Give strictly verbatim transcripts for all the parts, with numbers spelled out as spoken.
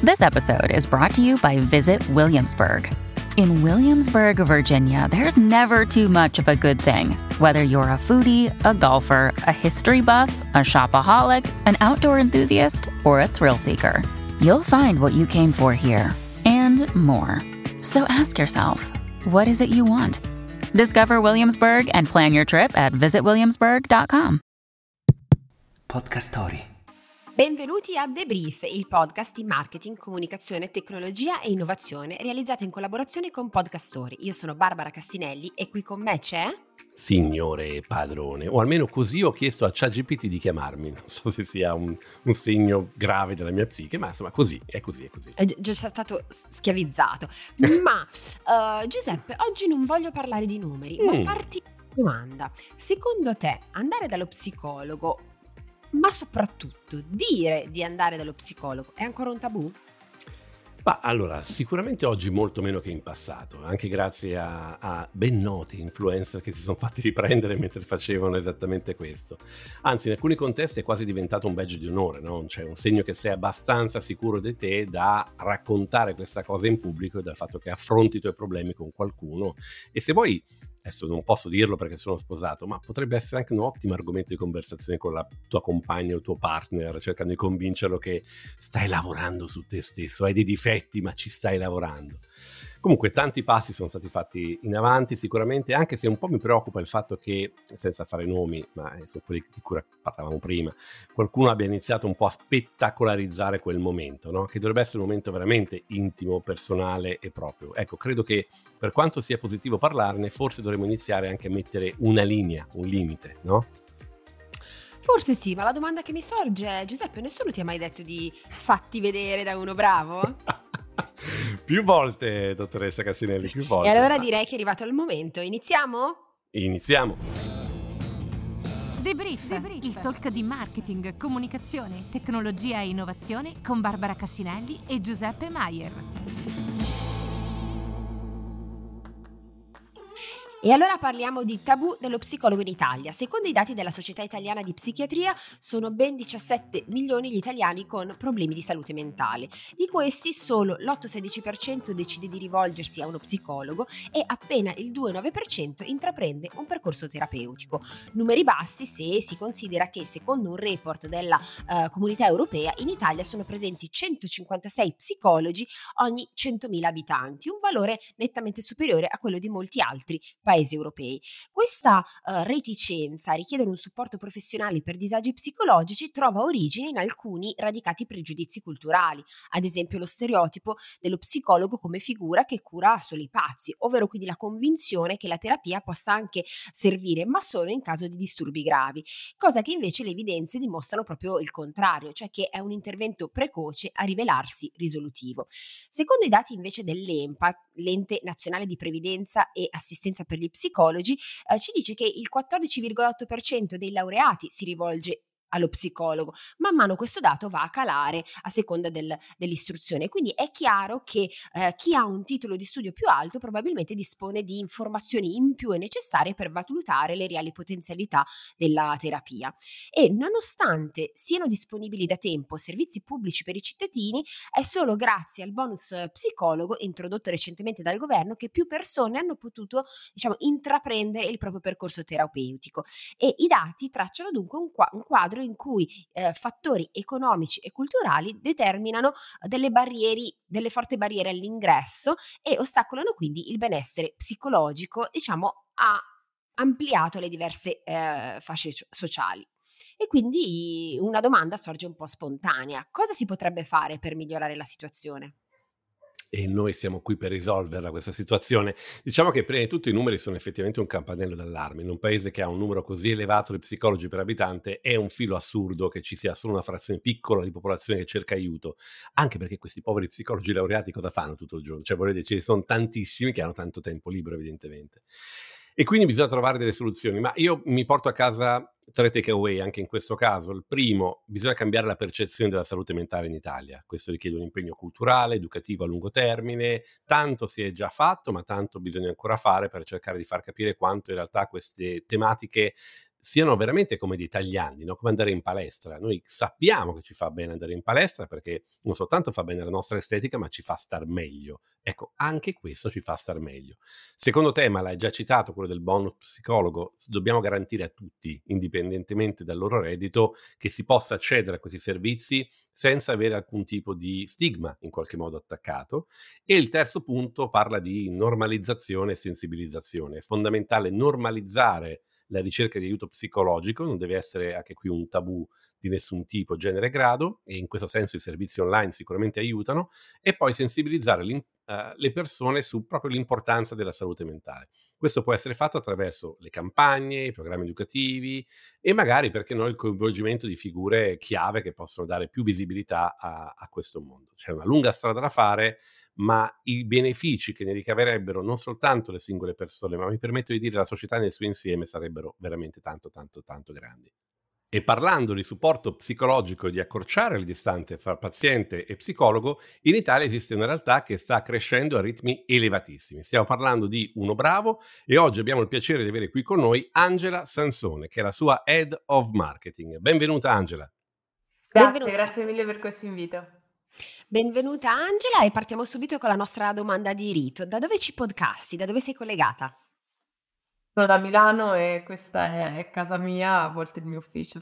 This episode is brought to you by Visit Williamsburg. In Williamsburg, Virginia, there's never too much of a good thing. Whether you're a foodie, a golfer, a history buff, a shopaholic, an outdoor enthusiast, or a thrill seeker, you'll find what you came for here and more. So ask yourself, what is it you want? Discover Williamsburg and plan your trip at visit williamsburg dot com. Podcast Story. Benvenuti a The Brief, il podcast di marketing, comunicazione, tecnologia e innovazione realizzato in collaborazione con Podcast Story. Io sono Barbara Castinelli e qui con me c'è... Signore padrone, o almeno così ho chiesto a ChatGPT di chiamarmi. Non so se sia un, un segno grave della mia psiche, ma insomma così, è così, è così. È già stato schiavizzato. Ma uh, Giuseppe, oggi non voglio parlare di numeri, mm. ma farti una domanda. Secondo te andare dallo psicologo, ma soprattutto dire di andare dallo psicologo, è ancora un tabù? Ma allora, sicuramente oggi molto meno che in passato, anche grazie a, a ben noti influencer che si sono fatti riprendere mentre facevano esattamente questo. Anzi, in alcuni contesti è quasi diventato un badge di onore, no? Cioè un segno che sei abbastanza sicuro di te da raccontare questa cosa in pubblico e dal fatto che affronti i tuoi problemi con qualcuno. E se vuoi, adesso non posso dirlo perché sono sposato, ma potrebbe essere anche un ottimo argomento di conversazione con la tua compagna o il tuo partner, cercando di convincerlo che stai lavorando su te stesso, hai dei difetti ma ci stai lavorando. Comunque tanti passi sono stati fatti in avanti sicuramente, anche se un po' mi preoccupa il fatto che, senza fare nomi, ma sono quelli di cui parlavamo prima, qualcuno abbia iniziato un po' a spettacolarizzare quel momento, no? Che dovrebbe essere un momento veramente intimo, personale e proprio. Ecco, credo che per quanto sia positivo parlarne, forse dovremmo iniziare anche a mettere una linea, un limite, no? Forse sì, ma la domanda che mi sorge è: Giuseppe, nessuno ti ha mai detto di fatti vedere da uno bravo? Più volte, dottoressa Cassinelli, più volte. E allora direi che è arrivato il momento. Iniziamo? Iniziamo. The Brief, The Brief, il talk di marketing, comunicazione, tecnologia e innovazione con Barbara Cassinelli e Giuseppe Maier. E allora parliamo di tabù dello psicologo in Italia. Secondo i dati della Società Italiana di Psichiatria, sono ben diciassette milioni gli italiani con problemi di salute mentale. Di questi solo l'otto virgola sedici per cento decide di rivolgersi a uno psicologo e appena il due virgola nove per cento intraprende un percorso terapeutico. Numeri bassi se si considera che, secondo un report della uh, Comunità Europea, in Italia sono presenti centocinquantasei psicologi ogni centomila abitanti, un valore nettamente superiore a quello di molti altri paesi europei. Questa uh, reticenza a richiedere un supporto professionale per disagi psicologici trova origine in alcuni radicati pregiudizi culturali, ad esempio lo stereotipo dello psicologo come figura che cura solo i pazzi, ovvero quindi la convinzione che la terapia possa anche servire, ma solo in caso di disturbi gravi, cosa che invece le evidenze dimostrano proprio il contrario, cioè che è un intervento precoce a rivelarsi risolutivo. Secondo i dati invece dell'E N P A, l'Ente Nazionale di Previdenza e Assistenza per gli psicologi, eh, ci dice che il quattordici virgola otto per cento dei laureati si rivolge allo psicologo. Man mano questo dato va a calare a seconda del, dell'istruzione, quindi è chiaro che eh, chi ha un titolo di studio più alto probabilmente dispone di informazioni in più e necessarie per valutare le reali potenzialità della terapia. E nonostante siano disponibili da tempo servizi pubblici per i cittadini, è solo grazie al bonus psicologo introdotto recentemente dal governo che più persone hanno potuto, diciamo, intraprendere il proprio percorso terapeutico, e i dati tracciano dunque un, qua- un quadro in cui eh, fattori economici e culturali determinano delle barriere, delle forti barriere all'ingresso e ostacolano quindi il benessere psicologico, diciamo, ha ampliato le diverse eh, fasce sociali. E quindi una domanda sorge un po' spontanea: cosa si potrebbe fare per migliorare la situazione? E noi siamo qui per risolverla questa situazione. Diciamo che prima di tutto i numeri sono effettivamente un campanello d'allarme. In un paese che ha un numero così elevato di psicologi per abitante è un filo assurdo che ci sia solo una frazione piccola di popolazione che cerca aiuto, anche perché questi poveri psicologi laureati cosa fanno tutto il giorno? Cioè, vorrei dire, ci sono tantissimi che hanno tanto tempo libero, evidentemente. E quindi bisogna trovare delle soluzioni, ma io mi porto a casa tre takeaway anche in questo caso. Il primo: bisogna cambiare la percezione della salute mentale in Italia. Questo richiede un impegno culturale, educativo a lungo termine. Tanto si è già fatto, ma tanto bisogna ancora fare per cercare di far capire quanto in realtà queste tematiche siano veramente come dei tagliandi, no? Come andare in palestra. Noi sappiamo che ci fa bene andare in palestra perché non soltanto fa bene la nostra estetica, ma ci fa star meglio. Ecco, anche questo ci fa star meglio. Secondo tema, l'hai già citato, quello del bonus psicologo, dobbiamo garantire a tutti, indipendentemente dal loro reddito, che si possa accedere a questi servizi senza avere alcun tipo di stigma in qualche modo attaccato. E il terzo punto parla di normalizzazione e sensibilizzazione. È fondamentale normalizzare la ricerca di aiuto psicologico, non deve essere anche qui un tabù di nessun tipo, genere e grado, e in questo senso i servizi online sicuramente aiutano, e poi sensibilizzare l'im- eh, le persone su proprio l'importanza della salute mentale. Questo può essere fatto attraverso le campagne, i programmi educativi e magari, perché no, il coinvolgimento di figure chiave che possono dare più visibilità a, a questo mondo. C'è una lunga strada da fare, ma i benefici che ne ricaverebbero non soltanto le singole persone, ma mi permetto di dire la società nel suo insieme sarebbero veramente tanto, tanto, tanto grandi. E parlando di supporto psicologico e di accorciare le distanze fra paziente e psicologo, in Italia esiste una realtà che sta crescendo a ritmi elevatissimi. Stiamo parlando di Uno Bravo e oggi abbiamo il piacere di avere qui con noi Angela Sansone, che è la sua Head of Marketing. Benvenuta Angela. Grazie, Benvenuta. grazie mille per questo invito. Benvenuta Angela e partiamo subito con la nostra domanda di rito. Da dove ci podcasti? Da dove sei collegata? Sono da Milano e questa è, è casa mia, a volte il mio ufficio.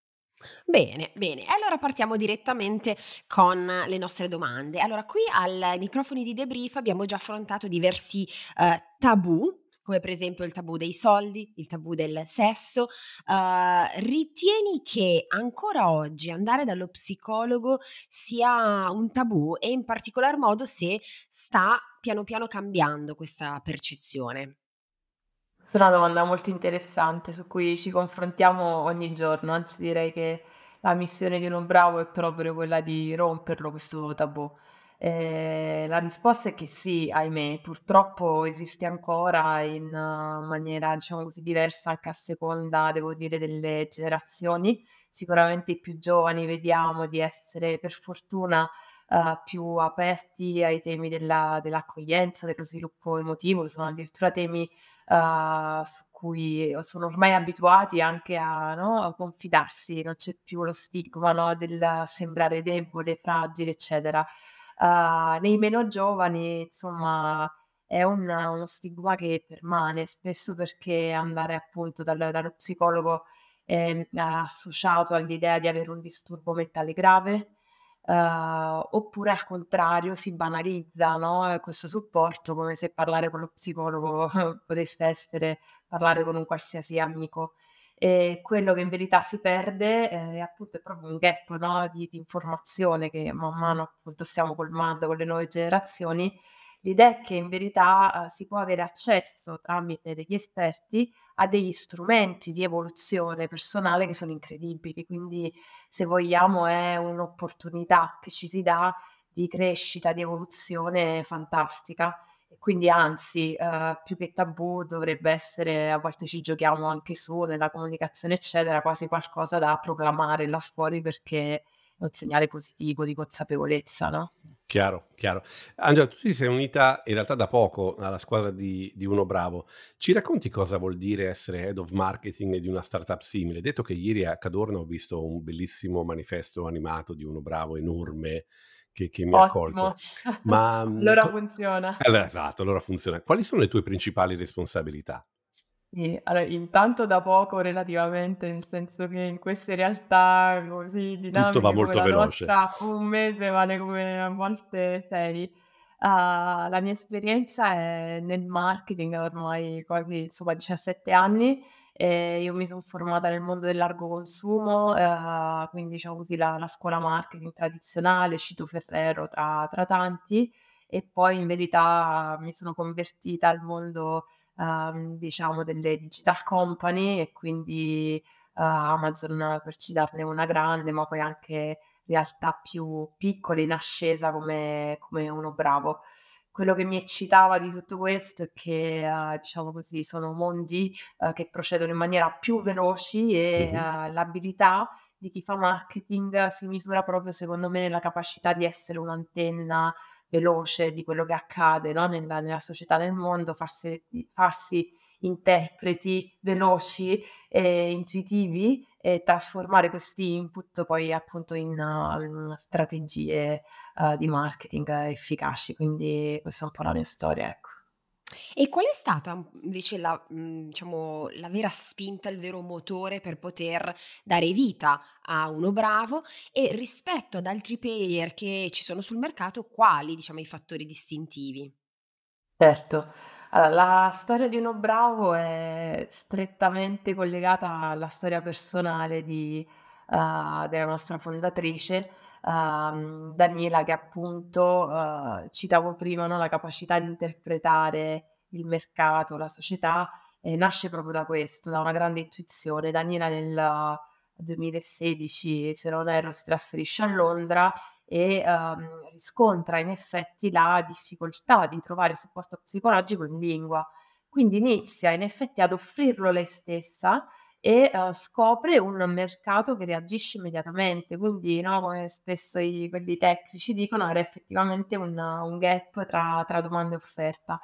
Bene, bene. E allora partiamo direttamente con le nostre domande. Allora, qui ai microfoni di Debrief abbiamo già affrontato diversi eh, tabù, come per esempio il tabù dei soldi, il tabù del sesso. Eh, ritieni che ancora oggi andare dallo psicologo sia un tabù e in particolar modo se sta piano piano cambiando questa percezione? Questa è una domanda molto interessante su cui ci confrontiamo ogni giorno, anzi direi che la missione di Uno Bravo è proprio quella di romperlo questo tabù. Eh, la risposta è che sì, ahimè, purtroppo esiste ancora in uh, maniera, diciamo così, diversa anche a seconda, devo dire, delle generazioni. Sicuramente i più giovani vediamo di essere per fortuna uh, più aperti ai temi della- dell'accoglienza, dello sviluppo emotivo, sono addirittura temi uhm, su cui sono ormai abituati anche a no, a confidarsi, non c'è più lo stigma, no, del sembrare debole, fragile, eccetera. Uhm, nei meno giovani, insomma, è un uno stigma che permane, spesso perché andare appunto dal dallo psicologo è associato all'idea di avere un disturbo mentale grave, uhm, oppure al contrario si banalizza, no, ehm, questo supporto come se parlare con lo psicologo potesse essere parlare con un qualsiasi amico. E quello che in verità si perde, ehm, è appunto è proprio un gap, no, di di informazione che man mano appunto stiamo colmando con le nuove generazioni. L'idea è che in verità, uhm, si può avere accesso tramite degli esperti a degli strumenti di evoluzione personale che sono incredibili, quindi se vogliamo è un'opportunità che ci si dà di crescita, di evoluzione fantastica. E quindi anzi, ehm, più che tabù dovrebbe essere a volte ci giochiamo anche su nella comunicazione eccetera, quasi qualcosa da proclamare là fuori perché è un segnale positivo di consapevolezza, no? Chiaro, chiaro. Angela, tu ti sei unita in realtà da poco alla squadra di, di Uno Bravo. Ci racconti cosa vuol dire essere head of marketing di una startup simile? Detto che ieri a Cadorna ho visto un bellissimo manifesto animato di Uno Bravo enorme che, che mi ha accolto. Ottimo, Ma mh, allora co- funziona. allora, esatto, allora funziona. Quali sono le tue principali responsabilità? Sì, allora intanto da poco relativamente, nel senso che in queste realtà così Tutto va dinamiche come molto la veloce. nostra, un mese vale come a volte sei. Ah, la mia esperienza è nel marketing ormai quasi insomma diciassette anni e io mi sono formata nel mondo del largo consumo, eh, quindi diciamo così la, la scuola marketing tradizionale, Cito Ferrero tra, tra tanti, e poi in verità mi sono convertita al mondo uhm, diciamo delle digital company e quindi, uhm, Amazon per citarne una grande, ma poi anche realtà più piccole in ascesa come come Uno Bravo. Quello che mi eccitava di tutto questo è che, uhm, diciamo così, sono mondi, uhm, che procedono in maniera più veloci e, Mhm. uhm, l'abilità di chi fa marketing si misura proprio secondo me nella capacità di essere un'antenna veloce di quello che accade, no, nella nella società, nel mondo, farsi farsi interpreti veloci e intuitivi e trasformare questi input poi appunto in uh, strategie uh, di marketing efficaci. Quindi questa è un po' la mia storia, ecco. E qual è stata, mhmm, invece la mhmm, diciamo, la vera spinta, il vero motore per poter dare vita a Uno Bravo e rispetto ad altri player che ci sono sul mercato, quali, diciamo, i fattori distintivi? Certo. Allora, la storia di Uno Bravo è strettamente collegata alla storia personale di uhm, della nostra fondatrice, uhm, Daniela, che appunto, uhm, citavo prima, no, la capacità di interpretare il mercato, la società, ehm, nasce proprio da questo, da una grande intuizione. Daniela nel duemilasedici, se non erro, si trasferisce a Londra e, uhm, riscontra in effetti la difficoltà di trovare supporto psicologico in lingua. Quindi inizia in effetti ad offrirlo lei stessa e, uhm, scopre un mercato che reagisce immediatamente. Quindi, no, come spesso i quelli tecnici dicono, era effettivamente un un gap tra tra domanda e offerta.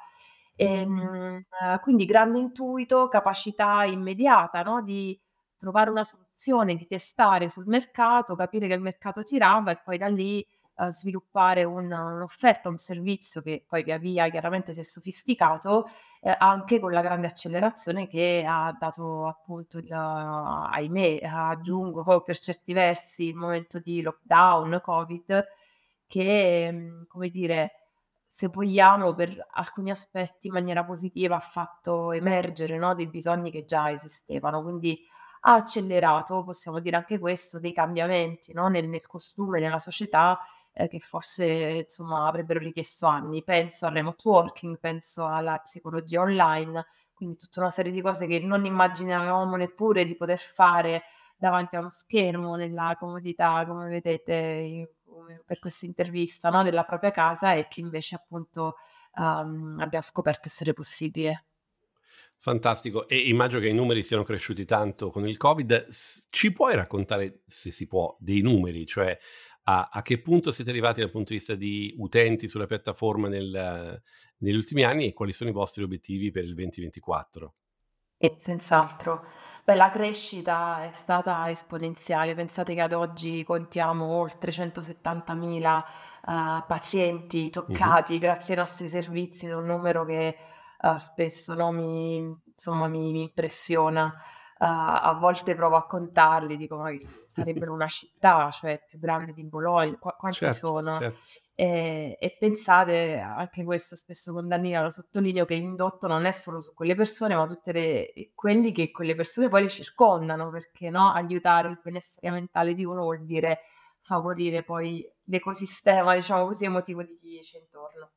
Ehm, ehm, quindi grande intuito, capacità immediata, no, di trovare una soluzione, di testare sul mercato, capire che il mercato tirava e poi da lì, uhm, sviluppare un un'offerta, un servizio che poi via via chiaramente si è sofisticato, ehm, anche con la grande accelerazione che ha dato appunto il ahimè, aggiungo poi per certi versi il momento di lockdown, Covid, che, mhmm, come dire, se vogliamo per alcuni aspetti in maniera positiva ha fatto emergere, no, dei bisogni che già esistevano. Quindi ha accelerato, possiamo dire anche questo, dei cambiamenti, no, nel nel costume, nella società, ehm, che forse insomma avrebbero richiesto anni. Penso al remote working, penso alla psicologia online, quindi tutta una serie di cose che non immaginavamo neppure di poter fare davanti a uno schermo, nella comodità, come vedete in come per questa intervista, no, della propria casa e che invece appunto, uhm, abbiam scoperto essere possibile. Fantastico, e immagino che i numeri siano cresciuti tanto con il Covid. S Ci puoi raccontare, se si può, dei numeri? Cioè, a a che punto siete arrivati dal punto di vista di utenti sulla piattaforma nel negli ultimi anni e quali sono i vostri obiettivi per il venti ventiquattro? E senz'altro. Beh, la crescita è stata esponenziale. Pensate che ad oggi contiamo oltre centosettantamila, uhm, pazienti Mh-mh. toccati grazie ai nostri servizi, ed è un numero che, uhm, spesso, no, mi insomma mi mi impressiona. Uhm, a volte provo a contarli, dico: "Ma che sarebbero una città, cioè più grande di Bologna, qua quanti Certo, sono?" certo. Ehm, e pensate, anche questo spesso con Daniela lo sottolineo, che l'indotto non è solo su quelle persone, ma tutte le ehm, quelli che quelle persone poi le circondano, perché, no, aiutare il benessere mentale di uno vuol dire favorire poi l'ecosistema, diciamo così, emotivo di chi c'è intorno.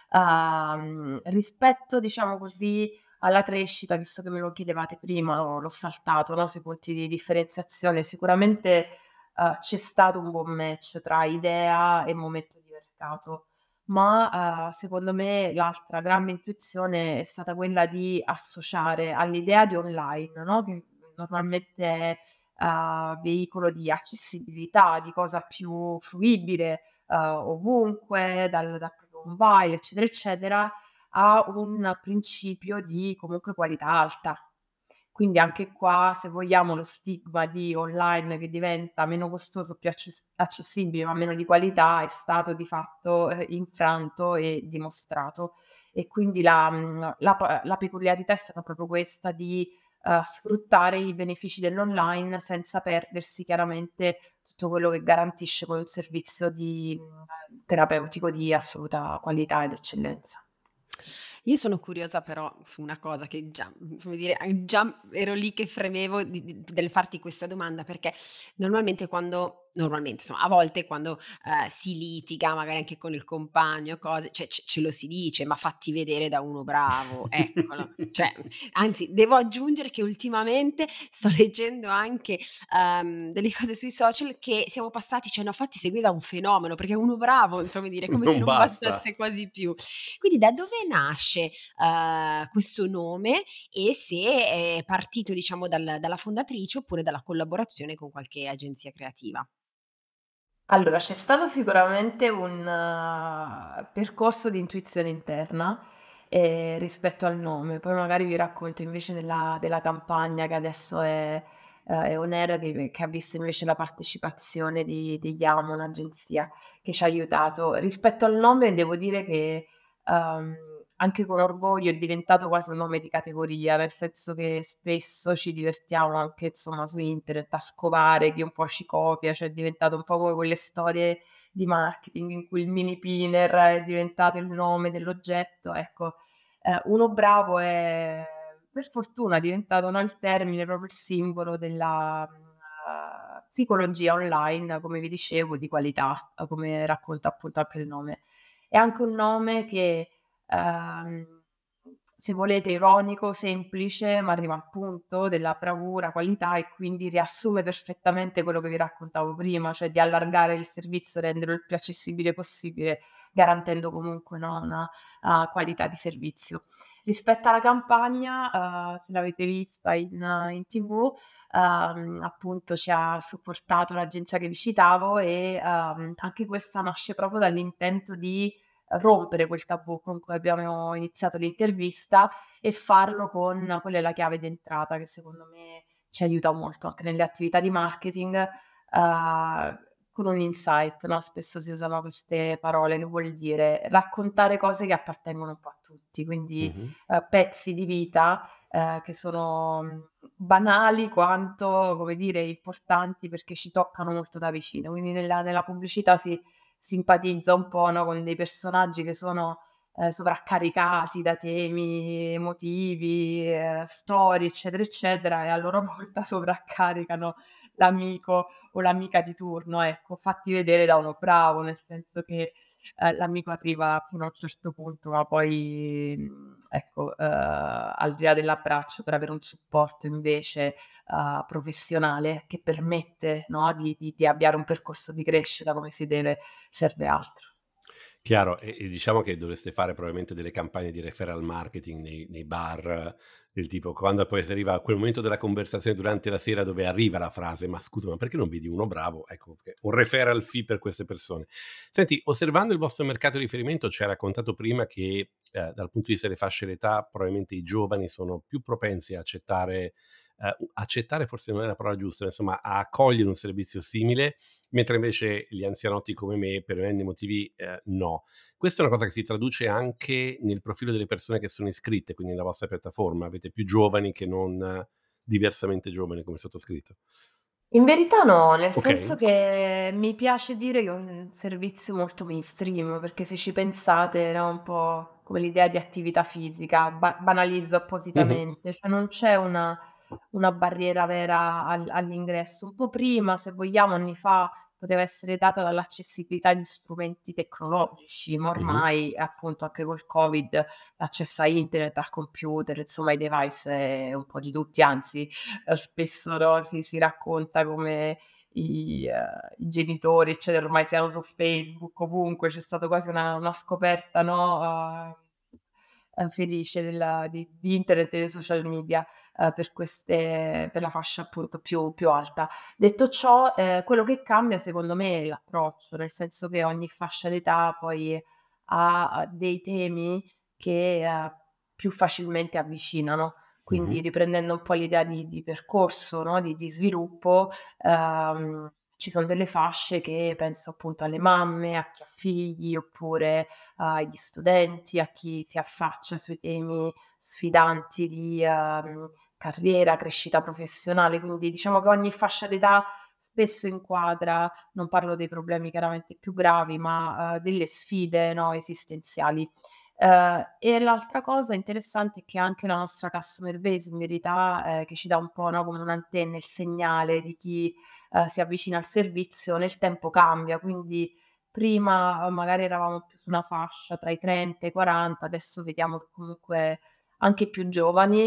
Uhm, rispetto, diciamo così, alla crescita, visto che me lo chiedevate prima, l'ho l'ho saltato, no, sui punti di differenziazione, sicuramente, uhm, c'è stato un buon match tra idea e momento di mercato, ma, uhm, secondo me l'altra grande intuizione è stata quella di associare all'idea di online, no, che normalmente è, uhm, veicolo di accessibilità, di cosa più fruibile, uhm, ovunque, dal dal proprio mobile, eccetera, eccetera, a un principio di comunque qualità alta. Quindi anche qua, se vogliamo, lo stigma di online che diventa meno costoso, più access accessibile, ma meno di qualità, è stato di fatto, ehm, infranto e dimostrato. E quindi la mhmm, la pa la peculiarità è stata proprio questa di, uhm, sfruttare i benefici dell'online senza perdersi chiaramente tutto quello che garantisce poi un servizio di mhmm, terapeutico di assoluta qualità ed eccellenza. Io sono curiosa però su una cosa che già, mhmm, come dire, ehm, già ero lì che fremevo di di del farti questa domanda, perché normalmente quando normalmente, insomma, a volte quando, ehm, si litiga, magari anche con il compagno, cose, cioè ce ce lo si dice: "Ma fatti vedere da Uno Bravo, eccolo." Cioè, anzi, devo aggiungere che ultimamente sto leggendo anche, ehm, delle cose sui social che siamo passati, cioè: "No, fatti seguire da un fenomeno, perché Uno Bravo", insomma dire, come se Non non basta. bastasse quasi più. Quindi da dove nasce, uhm, questo nome e se è partito diciamo dal dalla fondatrice oppure dalla collaborazione con qualche agenzia creativa? Allora, c'è stato sicuramente un eh, percorso di intuizione interna, ehm, rispetto al nome. Poi magari vi racconto invece della della campagna che adesso è ehm, è on air che che ha visto invece la partecipazione di di Yamo, un'agenzia che ci ha aiutato. Rispetto al nome devo dire che, uhm, anche con orgoglio è diventato quasi un nome di categoria, nel senso che spesso ci divertiamo anche, insomma, su internet a scovare chi un po' ci copia, cioè è diventato un po' come quelle storie di marketing in cui il mini pinner è diventato il nome dell'oggetto, ecco. Ehm, Uno Bravo è per fortuna diventato, no, il termine, proprio il simbolo della, mhmm, psicologia online, come vi dicevo, di qualità, uhm, come racconta appunto anche il nome. È anche un nome che, ehm, se volete ironico, semplice, ma arriva al punto della bravura, qualità e quindi riassume perfettamente quello che vi raccontavo prima, cioè di allargare il servizio, renderlo il più accessibile possibile, garantendo comunque, no, una, uhm, qualità di servizio. Rispetto alla campagna, uhm, se l'avete vista in in T V, uhm, appunto ci ha supportato l'agenzia che vi citavo e, uhm, anche questa nasce proprio dall'intento di rompere quel tabù con cui abbiamo iniziato l'intervista e farlo con quella è la chiave d'entrata che secondo me ci aiuta molto anche nelle attività di marketing, uhm, con un insight, no, spesso si usano queste parole che vuol dire raccontare cose che appartengono un po' a tutti, quindi, Mh-mh. uhm, pezzi di vita, ehm, che sono, mhmm, banali quanto, come dire, importanti perché ci toccano molto da vicino. Quindi nella nella pubblicità si simpatizza un po', no, con dei personaggi che sono, ehm, sovraccaricati da temi emotivi, ehm, storie, eccetera, eccetera, e a loro volta sovraccaricano l'amico o l'amica di turno, ecco, fatti vedere da uno bravo, nel senso che, ehm, l'amico arriva fino a un certo punto, ma poi, mhmm, ecco, ehm, al di là dell'abbraccio per avere un supporto invece, uhm, professionale che permette, no, di di di avviare un percorso di crescita come si deve, serve altro. Chiaro, e e diciamo che dovreste fare probabilmente delle campagne di referral marketing nei nei bar, del tipo quando poi si arriva a quel momento della conversazione durante la sera dove arriva la frase: "Ma scusa, ma perché non vedi uno bravo?" Ecco, che un referral fee per queste persone. Senti, osservando il vostro mercato di riferimento ci hai raccontato prima che, ehm, dal punto di vista delle fasce d'età, probabilmente i giovani sono più propensi a accettare ehm, u accettare forse non è la parola giusta, insomma a accogliere un servizio simile, mentre invece gli anzianotti come me, per n motivi, ehm, no. Questa è una cosa che si traduce anche nel profilo delle persone che sono iscritte, quindi nella vostra piattaforma? Avete più giovani che non eh, diversamente giovani come il sottoscritto? In verità no, nel senso Okay. che mi piace dire che è un servizio molto mainstream, perché se ci pensate, no, un po' come l'idea di attività fisica, ba banalizzo Mh-mh. appositamente, cioè non c'è una una barriera vera al all'ingresso. Un po' prima, se vogliamo, anni fa, poteva essere data dall'accessibilità di strumenti tecnologici, ma Mh-mh. ormai, appunto, anche col Covid, l'accesso a internet, al computer, insomma ai device è un po' di tutti, anzi ehm, spesso, no, si si racconta come i ehm, i genitori, eccetera, ormai siano su Facebook, ovunque, c'è stato quasi una una scoperta, no, uhm, ehm, felice della di di internet e dei social media, uhm, per queste per la fascia appunto più più alta. Detto ciò, ehm, quello che cambia secondo me è l'approccio, nel senso che ogni fascia d'età poi ha ha dei temi che, ehm, più facilmente avvicinano. Quindi Mh-mh. riprendendo un po' l'idea di di percorso, no, di di sviluppo, ehm, ci son delle fasce che penso appunto alle mamme, a chi ha figli, oppure agli studenti, a chi si affaccia sui temi sfidanti di, ehm, carriera, crescita professionale. Quindi diciamo che ogni fascia d'età spesso inquadra, non parlo dei problemi chiaramente più gravi, ma, ehm, delle sfide, no, esistenziali. Ehm, e l'altra cosa interessante è che anche la nostra customer base in verità, ehm, che ci dà un po', no, come un'antenna, il segnale di chi, ehm, si avvicina al servizio, nel tempo cambia. Quindi prima, uhm, magari eravamo più su una fascia tra i trenta e i quaranta, adesso vediamo che comunque anche i più giovani,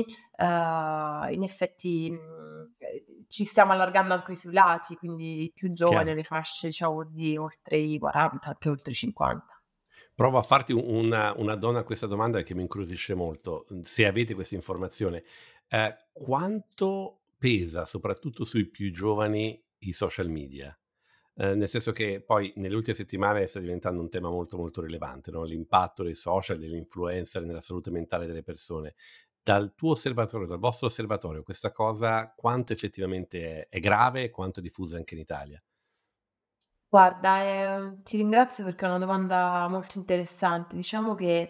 ehm, in effetti, mhmm, ehm, ci stiamo allargando anche sui lati, quindi i più giovani, Chiaro. le fasce diciamo di oltre i quaranta, anche oltre i cinquanta. Provo a farti u una una donna a questa domanda che mi incuriosisce molto, mhmm, se avete questa informazione. Ehm, quanto pesa, soprattutto sui più giovani, i social media? Ehm, nel senso che poi nelle ultime settimane sta diventando un tema molto, molto rilevante, no, l'impatto dei social, degli influencer nella salute mentale delle persone. Dal tuo osservatorio, dal vostro osservatorio, questa cosa quanto effettivamente è è grave e quanto è diffusa anche in Italia? Guarda, ehm, ti ringrazio perché è una domanda molto interessante. Diciamo che,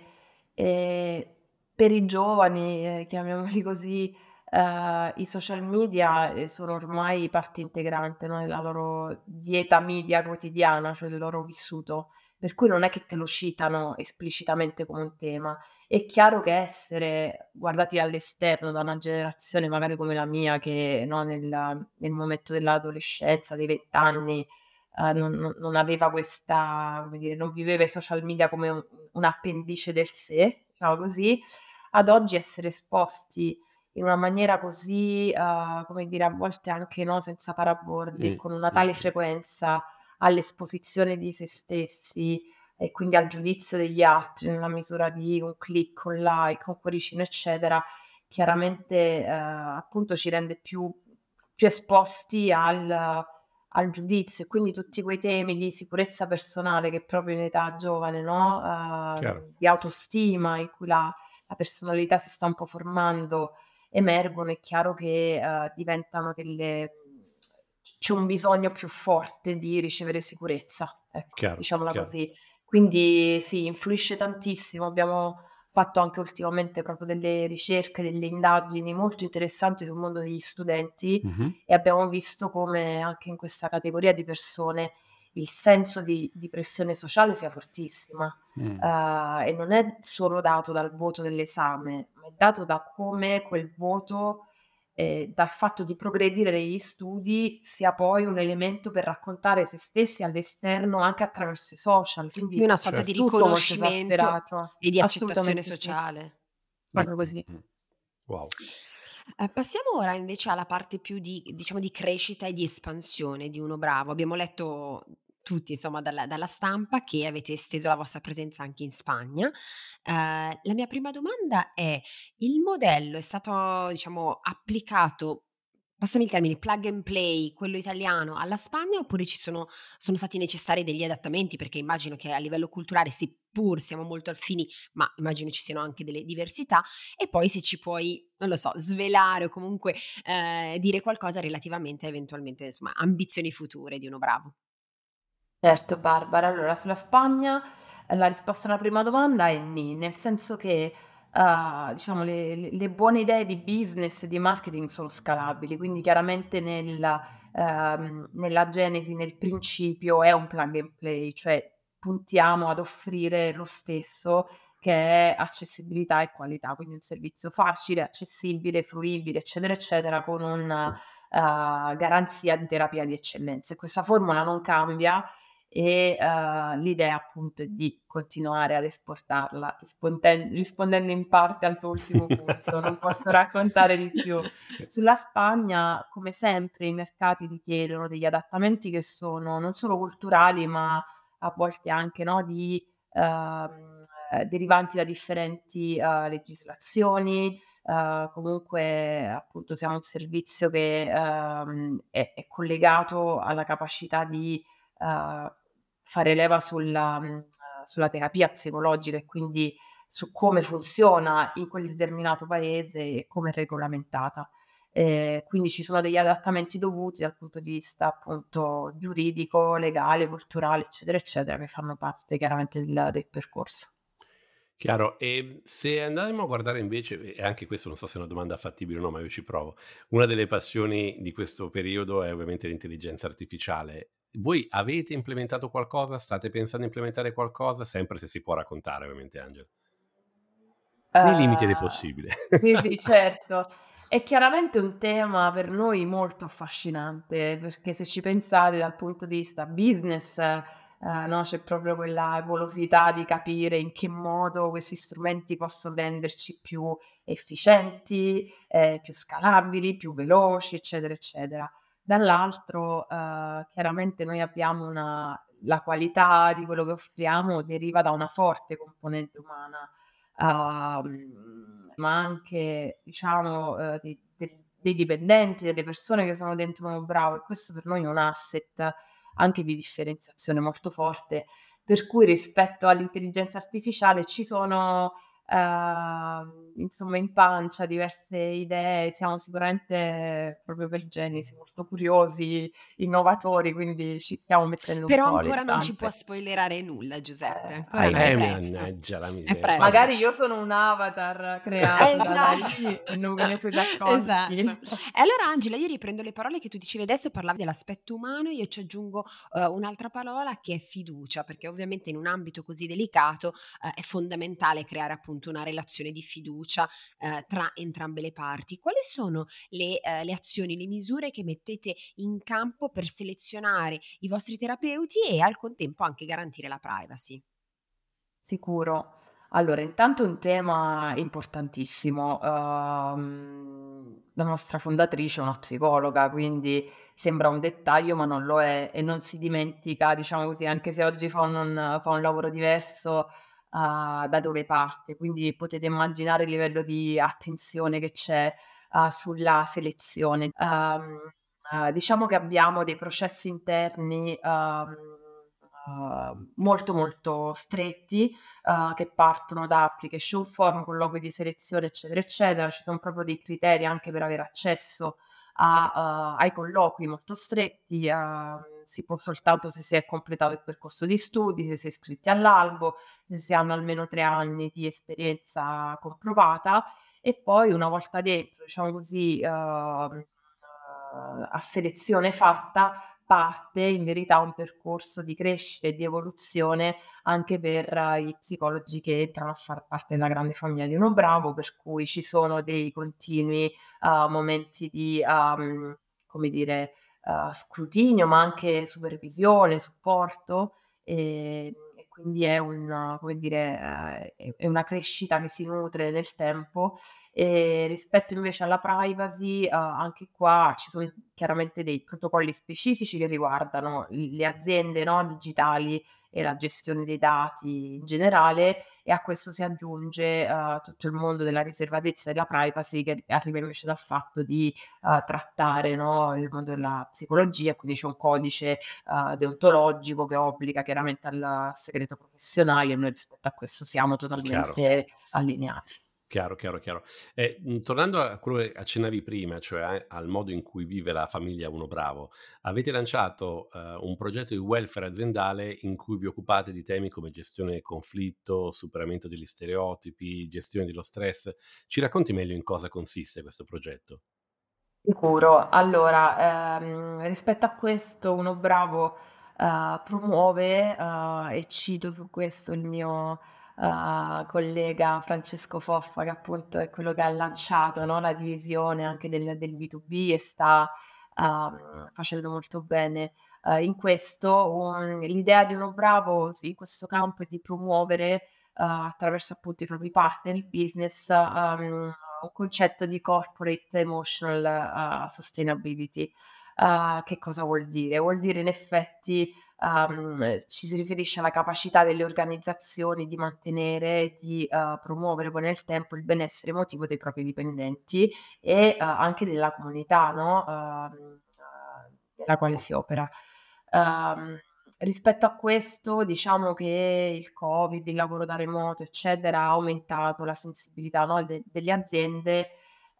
ehm, per i giovani, ehm, chiamiamoli così, ehm, i social media, ehm, sono ormai parte integrante, no, della loro dieta media quotidiana, cioè del loro vissuto, per cui non è che te lo citano esplicitamente come un tema. È chiaro che essere guardati dall'esterno da una generazione magari come la mia che, no, nel nel momento dell'adolescenza, dei venti anni, Uhm, non non non aveva questa, come dire, non viveva i social media come un un appendice del sé, diciamo così, ad oggi essere esposti in una maniera così, uhm, come dire, a volte anche, no, senza parabordi e Mh, con una mh, tale mh. frequenza all'esposizione di se stessi e quindi al giudizio degli altri nella misura di un click, un like, un cuoricino, eccetera, chiaramente, uhm, appunto ci rende più più esposti al al giudizio e quindi tutti quei temi di sicurezza personale che proprio in età giovane, no, Chiaro. uhm, di autostima in cui la la personalità si sta un po' formando, emergono. È chiaro che, uhm, diventano delle mhmm, c c'è un bisogno più forte di ricevere sicurezza, ecco, Chiaro, diciamola chiaro. così. Quindi sì, influisce tantissimo. Abbiamo fatto anche ultimamente proprio delle ricerche, delle indagini molto interessanti sul mondo degli studenti Mh-mh. e abbiamo visto come anche in questa categoria di persone il senso di di pressione sociale sia fortissima. Mh. Uhm, e non è solo dato dal voto dell'esame, ma è dato da come quel voto, ehm, dal fatto di progredire negli studi, sia poi un elemento per raccontare se stessi all'esterno anche attraverso i social, Sì, quindi una sorta di è tutto molto riconoscimento esasperato. e di accettazione Assolutamente sì, sociale. Mh, proprio mh, così. mh. Wow. Ehm, passiamo ora invece alla parte più di diciamo di crescita e di espansione di Uno Bravo. Abbiamo letto tutti insomma dalla dalla stampa che avete esteso la vostra presenza anche in Spagna. Ehm, la mia prima domanda è: il modello è stato diciamo applicato, passami il termine, plug and play, quello italiano alla Spagna, oppure ci sono sono stati necessari degli adattamenti? Perché immagino che a livello culturale, seppur siamo molto affini, ma immagino ci siano anche delle diversità. E poi se ci puoi, non lo so, svelare o comunque, ehm, dire qualcosa relativamente a eventualmente, insomma, ambizioni future di Uno Bravo. Certo Barbara, allora sulla Spagna, ehm, la risposta alla prima domanda è nì, nel senso che, uhm, diciamo le le le buone idee di business e di marketing sono scalabili, quindi chiaramente nel ehm, nella genesi, nel principio è un plug and play, cioè puntiamo ad offrire lo stesso che è accessibilità e qualità, quindi un servizio facile, accessibile, fruibile, eccetera, eccetera, con una, uhm, garanzia di terapia di eccellenza. E questa formula non cambia e, uhm, l'idea appunto è di continuare ad esportarla, risponden rispondendo in parte al tuo ultimo punto, non posso raccontare di più. Sulla Spagna, come sempre, i mercati richiedono degli adattamenti che sono non solo culturali, ma a volte anche, no, di uhm, ehm, derivanti da differenti, uhm, legislazioni. Uhm, comunque appunto siamo un servizio che, uhm, è è collegato alla capacità di uhm, fare leva sulla mhmm, sulla terapia psicologica e quindi su come funziona in quel determinato paese e come è regolamentata. Ehm, quindi ci sono degli adattamenti dovuti dal punto di vista appunto giuridico, legale, culturale, eccetera, eccetera, che fanno parte chiaramente del del percorso. Chiaro. Ehm, se andassimo a guardare invece, e anche questo non so se è una domanda fattibile o no, ma io ci provo. Una delle passioni di questo periodo è ovviamente l'intelligenza artificiale. Voi avete implementato qualcosa? State pensando di implementare qualcosa? Sempre se si può raccontare ovviamente, Angela. Nei limiti del Ehm, possibile. sì, sì, certo. È chiaramente un tema per noi molto affascinante, perché se ci pensate dal punto di vista business, ehm, no, c'è proprio quella golosità di capire in che modo questi strumenti possono renderci più efficienti, ehm, più scalabili, più veloci, eccetera, eccetera. Dall'altro, ehm, chiaramente noi abbiamo una la qualità di quello che offriamo deriva da una forte componente umana, uhm, ma anche diciamo, uhm, dei del dei dipendenti, delle persone che sono dentro Uno Bravo e questo per noi è un asset, anche di differenziazione molto forte, per cui rispetto all'intelligenza artificiale ci sono, ehm, insomma in pancia diverse idee, siamo sicuramente proprio per genesi molto curiosi, innovatori, quindi ci stiamo mettendo un Però po' le ancora non ci può zampe. spoilerare nulla Giuseppe, Eh, ancora no, è ahimè. Eh, presto. mannaggia la È miseria. presto. Vabbè. Magari io sono un avatar creato dalla Esatto. I A e non ve ne siete Esatto. accorti. E allora Angela, io riprendo le parole che tu dicevi adesso, parlavi dell'aspetto umano, io ci aggiungo eh, un'altra parola che è fiducia, perché ovviamente in un ambito così delicato eh, è fondamentale creare appunto una relazione di fiducia eh, tra entrambe le parti. Quali sono le, eh, le azioni, le misure che mettete in campo per selezionare i vostri terapeuti e al contempo anche garantire la privacy? Sicuro. Allora, intanto un tema importantissimo. Uhm, la nostra fondatrice è una psicologa, quindi sembra un dettaglio, ma non lo è e non si dimentica, diciamo così, anche se oggi fa un fa un lavoro diverso, uhm, da dove parte. Quindi potete immaginare il livello di attenzione che c'è, uhm, sulla selezione. Uhm, uhm, diciamo che abbiamo dei processi interni, uhm, uhm, molto, molto stretti, uhm, che partono da application form, colloqui di selezione, eccetera, eccetera. Ci son proprio dei criteri anche per avere accesso a uhm, ai colloqui molto stretti, uhm, si può soltanto se si è completato il percorso di studi, se si è iscritti all'albo, se si hanno almeno tre anni di esperienza comprovata e poi una volta dentro, diciamo così, uhm, uhm, a selezione fatta, parte in verità un percorso di crescita e di evoluzione anche per eh, i psicologi che entrano a far parte della grande famiglia di Uno Bravo, per cui ci sono dei continui, uhm, momenti di, uhm, come dire, uhm, scrutinio, ma anche supervisione, supporto, ehm, e quindi è un come dire, ehm, è è una crescita che si nutre nel tempo. E rispetto invece alla privacy, uhm, anche qua ci sono chiaramente dei protocolli specifici che riguardano l le aziende, no, digitali e la gestione dei dati in generale e a questo si aggiunge, uhm, tutto il mondo della riservatezza e della privacy che arriva invece dal fatto di, uhm, trattare, no, il mondo della psicologia, quindi c'è un codice, uhm, deontologico che obbliga chiaramente al segreto professionale e noi rispetto a questo siamo Chiaro. totalmente allineati. Chiaro, chiaro, chiaro. E, mhmm, tornando a quello che accennavi prima, cioè a al modo in cui vive la famiglia Uno Bravo, avete lanciato, uhm, un progetto di welfare aziendale in cui vi occupate di temi come gestione del conflitto, superamento degli stereotipi, gestione dello stress. Ci racconti meglio in cosa consiste questo progetto? Sicuro. Allora, ehm, rispetto a questo Uno Bravo, uhm, promuove, uhm, e cito su questo il mio, uhm, collega Francesco Foffa, che appunto è quello che ha lanciato, no, la divisione anche del del B due B e sta, uhm, facendo molto bene, uhm, in questo. Un l'idea di Uno Bravo, sì, in questo campo è di promuovere, uhm, attraverso appunto i propri partner business, uhm, un concetto di corporate emotional, uhm, sustainability. Uhm, che cosa vuol dire? Vuol dire in effetti, uhm, ci si riferisce alla capacità delle organizzazioni di mantenere e di, uhm, promuovere poi nel tempo il benessere emotivo dei propri dipendenti e, uhm, anche della comunità, no, uhm, uhm, nella quale si opera. Uhm, rispetto a questo diciamo che il Covid, il lavoro da remoto, eccetera, ha aumentato la sensibilità, no, de delle aziende,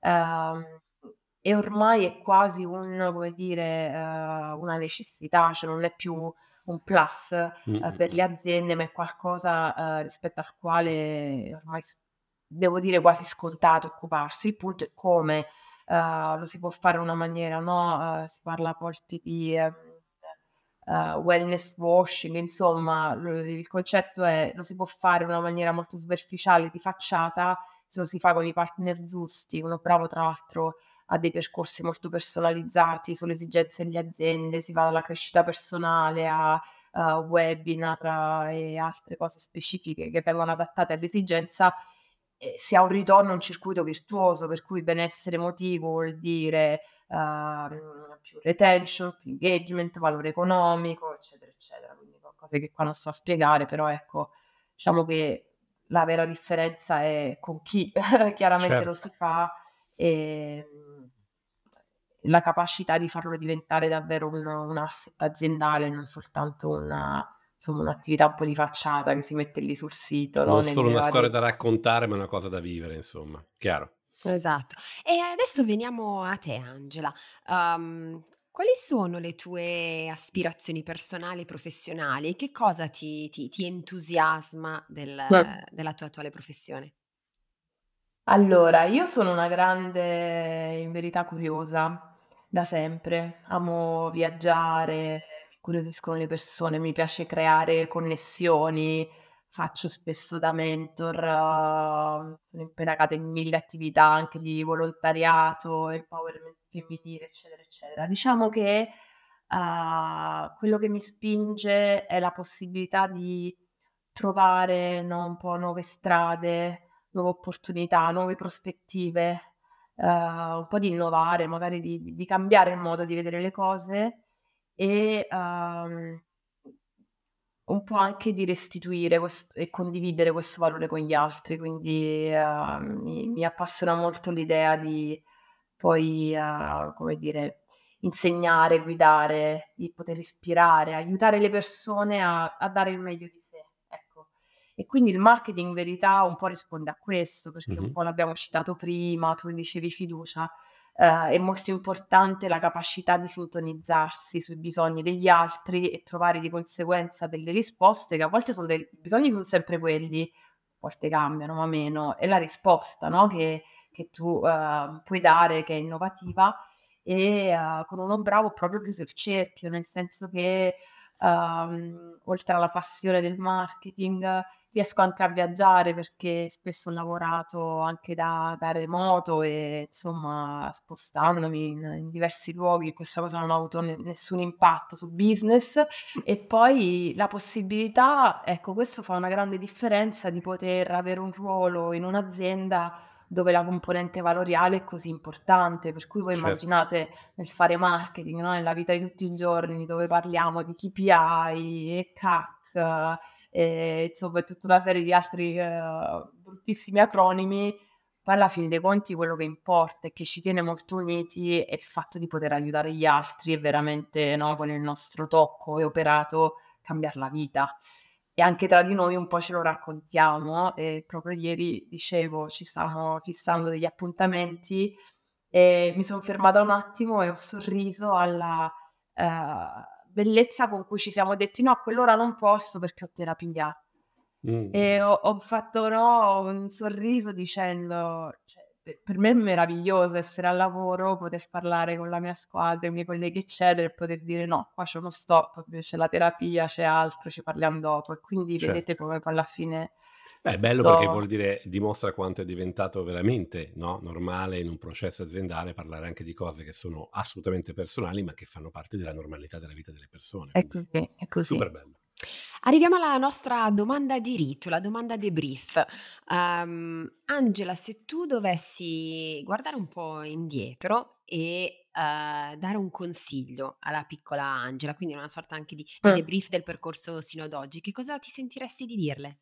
uhm, e ormai è quasi un come dire, uhm, una necessità, cioè non è più un plus, Mh, uhm, mh, per mh. le aziende, ma è qualcosa, uhm, rispetto al quale ormai s devo dire quasi scontato occuparsi. Il punto è come, uhm, lo si può fare in una maniera, no, uhm, si parla a volte di, ehm, ehm, wellness washing, insomma, l il concetto è lo si può fare in una maniera molto superficiale, di facciata, se lo si fa con i partner giusti. Uno Bravo tra l'altro ha dei percorsi molto personalizzati sulle esigenze delle aziende, si va dalla crescita personale a, uhm, webinar eh, e altre cose specifiche che vengono adattate all'esigenza e si ha un ritorno, un circuito virtuoso, per cui benessere emotivo vuol dire, uhm, più retention, più engagement, valore economico, eccetera, eccetera. Quindi co cose che qua non sto a spiegare, però ecco, diciamo che la vera differenza è con chi chiaramente lo Certo. si fa, ehm, la capacità di farlo diventare davvero un un asset aziendale, non soltanto una insomma un'attività un po' di facciata che si mette lì sul sito, no, Non solo nelle una storia varie da raccontare, ma una cosa da vivere insomma, chiaro. Esatto. E adesso veniamo a te Angela. Uhm, quali sono le tue aspirazioni personali e professionali? Che cosa ti ti ti entusiasma del Mh. della tua attuale professione? Allora, io sono una grande, in verità, curiosa da sempre. Amo viaggiare, mi incuriosiscono le persone, mi piace creare connessioni, faccio spesso da mentor, uhm, sono impennacata in mille attività anche di volontariato, empowerment femminile, eccetera, eccetera. Diciamo che, uhm, quello che mi spinge è la possibilità di trovare, no, un po' nuove strade, nuove opportunità, nuove prospettive, uhm, un po' di innovare, magari di di di cambiare il modo di vedere le cose e, uhm, un po' anche di restituire quest e condividere questo valore con gli altri. Quindi, uhm, mi mi appassiona molto l'idea di poi, uhm, come dire, insegnare, guidare, di poter ispirare, aiutare le persone a a dare il meglio di sé, ecco. E quindi il marketing in verità un po' risponde a questo, perché un Mh-mh. po' l'abbiamo citato prima, tu dicevi fiducia, ehm, è molto importante la capacità di sintonizzarsi sui bisogni degli altri e trovare di conseguenza delle risposte che a volte son del i bisogni son sempre quelli, a volte cambiano, ma meno, è la risposta, no, che che tu, uhm, puoi dare che è innovativa e, uhm, con Uno Bravo ho proprio chiuso il cerchio, nel senso che, uhm, oltre alla passione del marketing, riesco anche a viaggiare perché spesso ho lavorato anche da da remoto e insomma spostandomi in in diversi luoghi, questa cosa non ha avuto ne nessun impatto sul business. E poi la possibilità, ecco, questo fa una grande differenza, di poter avere un ruolo in un'azienda dove la componente valoriale è così importante, per cui voi Certo. immaginate nel fare marketing, no, nella vita di tutti i giorni dove parliamo di K P I e C A C, e insomma e tutta una serie di altri, uhm, bruttissimi acronimi, poi alla fine dei conti quello che importa e che ci tiene molto uniti è il fatto di poter aiutare gli altri e veramente, no, con il nostro tocco e operato cambiar la vita. E anche tra di noi un po' ce lo raccontiamo e proprio ieri dicevo ci stavamo fissando degli appuntamenti e mi son fermata un attimo e ho sorriso alla, ehm, bellezza con cui ci siamo detti: "No, a quell'ora non posso perché ho terapia". Mh. E ho ho fatto, no, un sorriso dicendo cioè pe per me è meraviglioso essere al lavoro, poter parlare con la mia squadra, i miei colleghi, eccetera, e poter dire: "No, qua c'è uno stop, c'è la terapia, c'è altro, ci parliam dopo". E quindi vedete Certo. come poi alla fine Beh, è è bello perché vuol tutto dire dimostra quanto è diventato veramente, no, normale in un processo aziendale parlare anche di cose che sono assolutamente personali, ma che fanno parte della normalità della vita delle persone, è quindi così, è così. super bello. Arriviamo alla nostra domanda di rito, la domanda debrief. Uhm, Angela, se tu dovessi guardare un po' indietro e, uhm, dare un consiglio alla piccola Angela, quindi una sorta anche di di Mh. debrief del percorso sino ad oggi, che cosa ti sentiresti di dirle?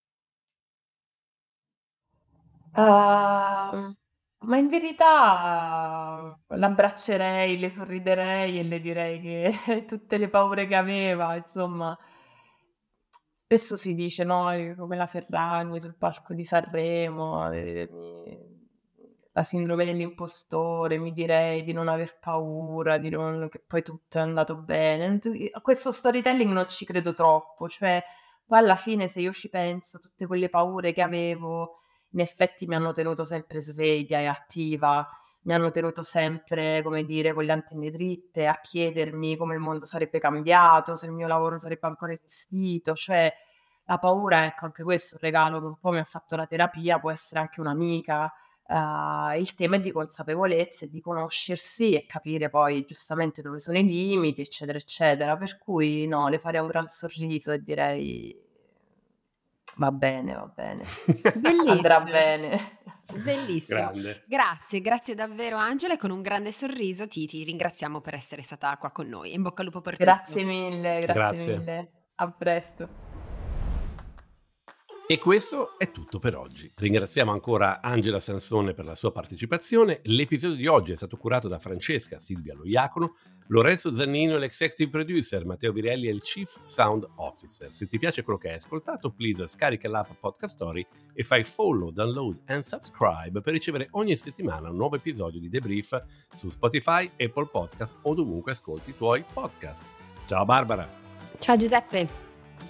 Uhm, ma in verità l'abbraccerei, le sorriderei e le direi che tutte le paure che aveva, insomma spesso si dice, no, ehm, come la Ferragni sul palco di Sanremo, ehm, mi la sindrome dell'impostore, mi direi di non aver paura, di non che poi tutto è andato bene. N t i a questo storytelling non ci credo troppo, cioè poi alla fine se io ci penso, tutte quelle paure che avevo in effetti mi hanno tenuto sempre sveglia e attiva, mi hanno tenuto sempre, come dire, con le antenne dritte a chiedermi come il mondo sarebbe cambiato, se il mio lavoro sarebbe ancora esistito, cioè la paura, ecco, anche questo è un regalo che un po' mi ha fatto la terapia, può essere anche un'amica. Uhm, il tema è di consapevolezza e di conoscersi e capire poi giustamente dove sono i limiti, eccetera, eccetera. Per cui no, le farei un gran sorriso e direi: "Va bene, va bene, andrà Bellissimo, bene". bellissimo. Grande. Grazie, grazie davvero Angela e con un grande sorriso ti ti ringraziamo per essere stata qua con noi. In bocca al lupo per tutto. Grazie mille, grazie Grazie. mille. A presto. E questo è tutto per oggi. Ringraziamo ancora Angela Sansone per la sua partecipazione. L'episodio di oggi è stato curato da Francesca Silvia Loiacono, Lorenzo Zannino è l'executive producer, Matteo Virelli è il chief sound officer. Se ti piace quello che hai ascoltato, please scarica l'app Podcast Story e fai follow, download and subscribe per ricevere ogni settimana un nuovo episodio di Debrief su Spotify, Apple Podcast o dovunque ascolti i tuoi podcast. Ciao Barbara! Ciao Giuseppe!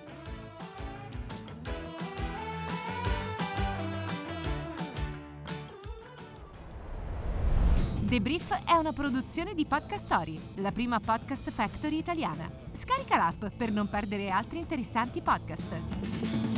Debrief è una produzione di Podcast Story, la prima podcast factory italiana. Scarica l'app per non perdere altri interessanti podcast.